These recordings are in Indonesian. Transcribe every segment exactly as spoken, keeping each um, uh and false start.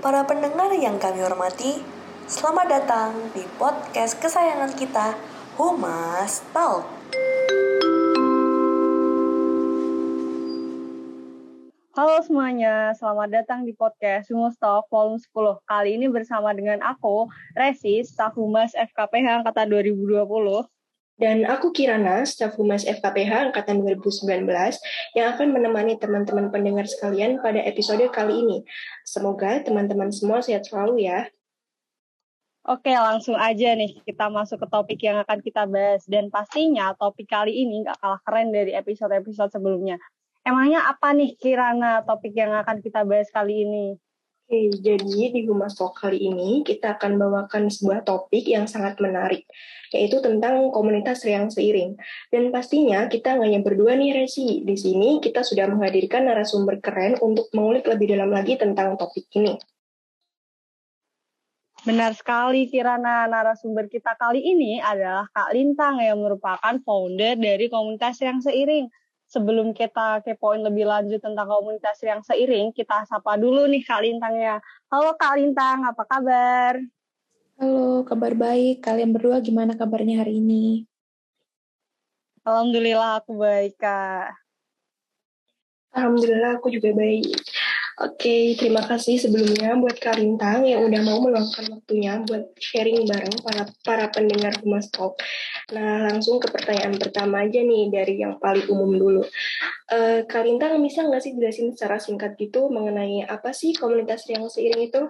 Para pendengar yang kami hormati, selamat datang di podcast kesayangan kita, Humas Talk. Halo semuanya, selamat datang di podcast Humas Talk Volume sepuluh. Kali ini bersama dengan aku, Resi, staf Humas F K P H Angkatan dua ribu dua puluh. Dan aku Kirana, staf Humas F K P H Angkatan dua ribu sembilan belas, yang akan menemani teman-teman pendengar sekalian pada episode kali ini. Semoga teman-teman semua sehat selalu ya. Oke, langsung aja nih kita masuk ke topik yang akan kita bahas. Dan pastinya topik kali ini gak kalah keren dari episode-episode sebelumnya. Emangnya apa nih Kirana topik yang akan kita bahas kali ini? Oke, jadi di Humas Talk kali ini kita akan bawakan sebuah topik yang sangat menarik, yaitu tentang komunitas riang seiring. Dan pastinya kita nggak hanya berdua nih Resi. Di sini kita sudah menghadirkan narasumber keren untuk mengulik lebih dalam lagi tentang topik ini. Benar sekali Kirana, narasumber kita kali ini adalah Kak Lintang yang merupakan founder dari komunitas riang seiring. Sebelum kita kepoin lebih lanjut tentang komunitas riang seiring, kita sapa dulu nih Kak Lintangnya. Halo Kak Lintang, apa kabar? Halo, kabar baik. Kalian berdua gimana kabarnya hari ini? Alhamdulillah aku baik, Kak. Alhamdulillah aku juga baik. Oke, terima kasih sebelumnya buat Kak Lintang yang udah mau meluangkan waktunya buat sharing bareng para para pendengar Humas Talk. Nah, langsung ke pertanyaan pertama aja nih dari yang paling umum dulu. Uh, Kak Lintang bisa nggak sih jelasin secara singkat gitu mengenai apa sih komunitas riang seiring itu?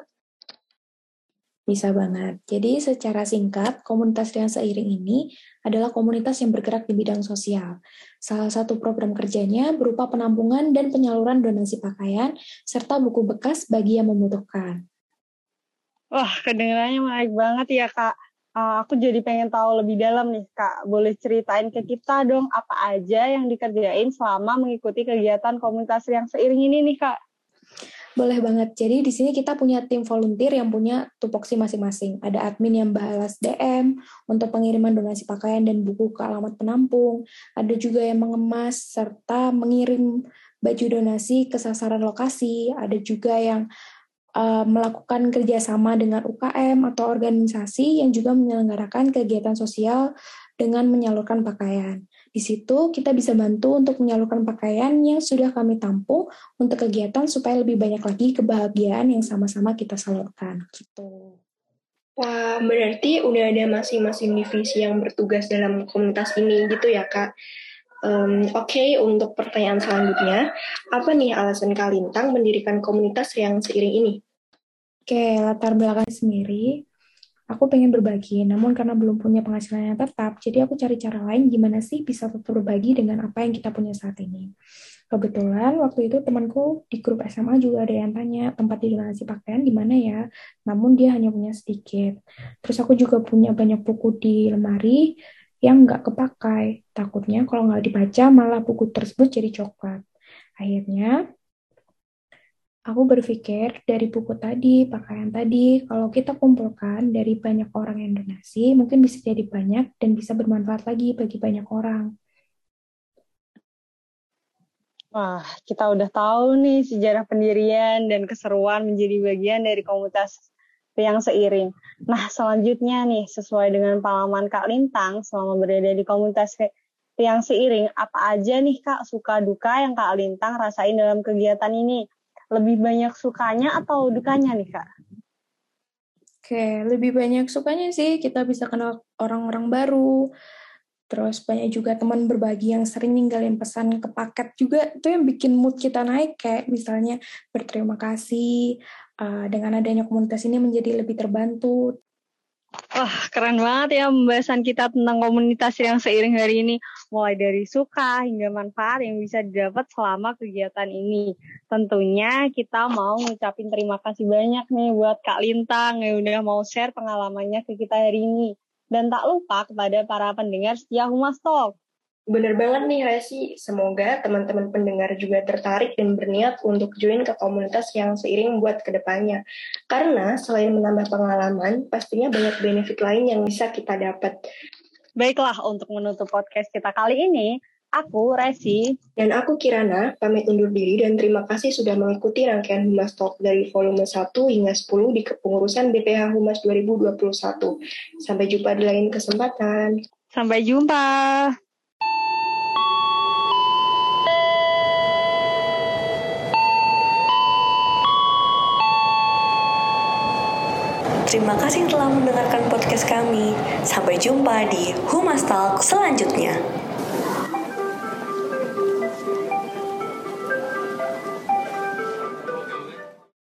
Bisa banget. Jadi secara singkat, komunitas riang seiring ini adalah komunitas yang bergerak di bidang sosial. Salah satu program kerjanya berupa penampungan dan penyaluran donasi pakaian, serta buku bekas bagi yang membutuhkan. Wah, kedengarannya menarik banget ya, Kak. Uh, aku jadi pengen tahu lebih dalam nih, Kak. Boleh ceritain ke kita dong apa aja yang dikerjain selama mengikuti kegiatan komunitas riang seiring ini nih, Kak? Boleh banget. Jadi di sini kita punya tim volunteer yang punya tupoksi masing-masing. Ada admin yang balas D M untuk pengiriman donasi pakaian dan buku ke alamat penampung. Ada juga yang mengemas serta mengirim baju donasi ke sasaran lokasi. Ada juga yang uh, melakukan kerjasama dengan U K M atau organisasi yang juga menyelenggarakan kegiatan sosial dengan menyalurkan pakaian. Di situ kita bisa bantu untuk menyalurkan pakaian yang sudah kami tampung untuk kegiatan supaya lebih banyak lagi kebahagiaan yang sama-sama kita salurkan. Gitu. Wah, berarti udah ada masing-masing divisi yang bertugas dalam komunitas ini gitu ya, Kak? Um, Oke, okay, untuk pertanyaan selanjutnya, apa nih alasan Kak Lintang mendirikan komunitas riang seiring ini? Oke, okay, latar belakang sendiri. Aku pengen berbagi, namun karena belum punya penghasilan yang tetap, jadi aku cari cara lain gimana sih bisa tetap berbagi dengan apa yang kita punya saat ini. Kebetulan waktu itu temanku di grup S M A juga ada yang tanya tempat donasi pakaian di mana ya, namun dia hanya punya sedikit. Terus aku juga punya banyak buku di lemari yang nggak kepakai. Takutnya kalau nggak dibaca malah buku tersebut jadi coklat. Akhirnya aku berpikir dari buku tadi, pakaian tadi, kalau kita kumpulkan dari banyak orang yang donasi, mungkin bisa jadi banyak dan bisa bermanfaat lagi bagi banyak orang. Wah, kita udah tahu nih sejarah pendirian dan keseruan menjadi bagian dari komunitas riang seiring. Nah, selanjutnya nih, sesuai dengan pengalaman Kak Lintang selama berada di komunitas riang seiring, apa aja nih Kak suka duka yang Kak Lintang rasain dalam kegiatan ini? Lebih banyak sukanya atau dukanya nih, Kak? Oke, lebih banyak sukanya sih. Kita bisa kenal orang-orang baru. Terus banyak juga teman berbagi yang sering ninggalin pesan ke paket juga. Itu yang bikin mood kita naik. Kayak misalnya berterima kasih. Uh, dengan adanya komunitas ini menjadi lebih terbantu. Wah, keren banget ya pembahasan kita tentang komunitas riang seiring hari ini. Mulai dari suka hingga manfaat yang bisa didapat selama kegiatan ini. Tentunya kita mau ngucapin terima kasih banyak nih buat Kak Lintang yang udah mau share pengalamannya ke kita hari ini. Dan tak lupa kepada para pendengar setia Humas Talk. Bener banget nih Resi, semoga teman-teman pendengar juga tertarik dan berniat untuk join ke komunitas yang seiring buat kedepannya. Karena selain menambah pengalaman, pastinya banyak benefit lain yang bisa kita dapat. Baiklah, untuk menutup podcast kita kali ini, Aku, Resi. Dan aku Kirana, pamit undur diri dan terima kasih sudah mengikuti rangkaian Humas Talk dari volume satu hingga sepuluh di kepengurusan B P H Humas dua ribu dua puluh satu. Sampai jumpa di lain kesempatan. Sampai jumpa. Terima kasih telah mendengarkan podcast kami. Sampai jumpa di Humas Talk selanjutnya.